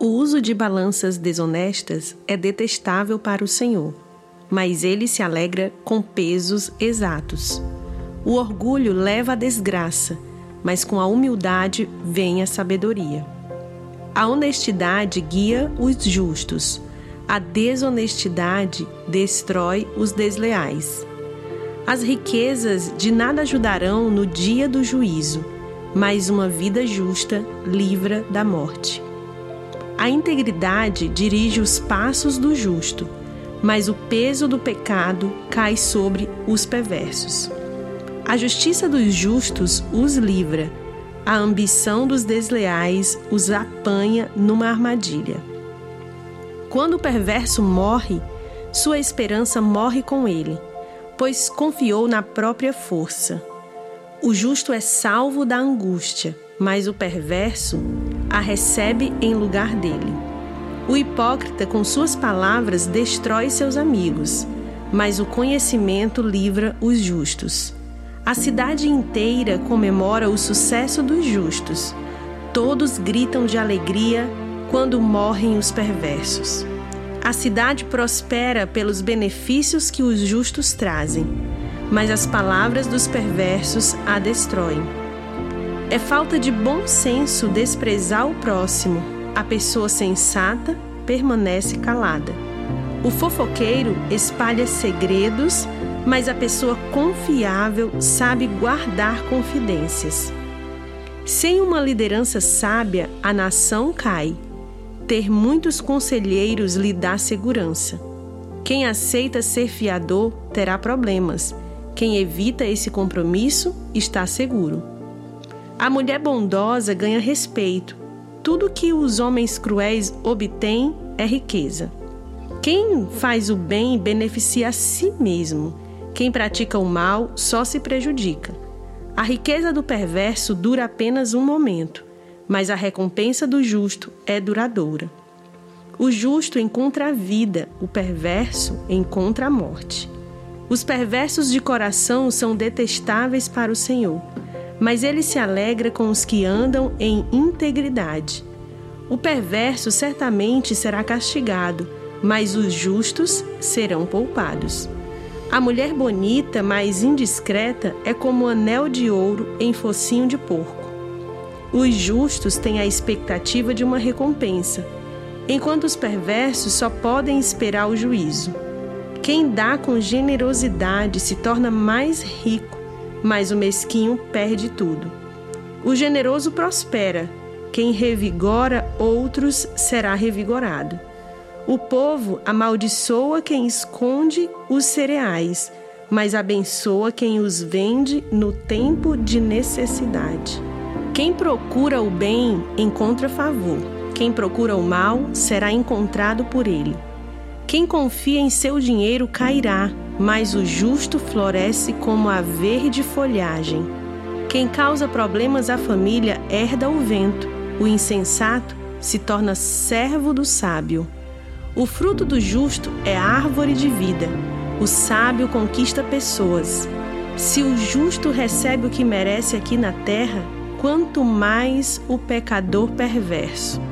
O uso de balanças desonestas é detestável para o Senhor, mas ele se alegra com pesos exatos. O orgulho leva à desgraça, mas com a humildade vem a sabedoria. A honestidade guia os justos, a desonestidade destrói os desleais. As riquezas de nada ajudarão no dia do juízo, mas uma vida justa livra da morte. A integridade dirige os passos do justo, mas o peso do pecado cai sobre os perversos. A justiça dos justos os livra, a ambição dos desleais os apanha numa armadilha. Quando o perverso morre, sua esperança morre com ele, pois confiou na própria força. O justo é salvo da angústia, mas o perverso a recebe em lugar dele. O hipócrita, com suas palavras, destrói seus amigos, mas o conhecimento livra os justos. A cidade inteira comemora o sucesso dos justos. Todos gritam de alegria quando morrem os perversos. A cidade prospera pelos benefícios que os justos trazem, mas as palavras dos perversos a destroem. É falta de bom senso desprezar o próximo. A pessoa sensata permanece calada. O fofoqueiro espalha segredos, mas a pessoa confiável sabe guardar confidências. Sem uma liderança sábia, a nação cai. Ter muitos conselheiros lhe dá segurança. Quem aceita ser fiador terá problemas. Quem evita esse compromisso está seguro. A mulher bondosa ganha respeito. Tudo que os homens cruéis obtêm é riqueza. Quem faz o bem beneficia a si mesmo. Quem pratica o mal só se prejudica. A riqueza do perverso dura apenas um momento, mas a recompensa do justo é duradoura. O justo encontra a vida, o perverso encontra a morte. Os perversos de coração são detestáveis para o Senhor, mas ele se alegra com os que andam em integridade. O perverso certamente será castigado, mas os justos serão poupados. A mulher bonita, mas indiscreta, é como um anel de ouro em focinho de porco. Os justos têm a expectativa de uma recompensa, enquanto os perversos só podem esperar o juízo. Quem dá com generosidade se torna mais rico, mas o mesquinho perde tudo. O generoso prospera, quem revigora outros será revigorado. O povo amaldiçoa quem esconde os cereais, mas abençoa quem os vende no tempo de necessidade. Quem procura o bem encontra favor. Quem procura o mal será encontrado por ele. Quem confia em seu dinheiro cairá, mas o justo floresce como a verde folhagem. Quem causa problemas à família herda o vento. O insensato se torna servo do sábio. O fruto do justo é árvore de vida. O sábio conquista pessoas. Se o justo recebe o que merece aqui na terra, quanto mais o pecador perverso.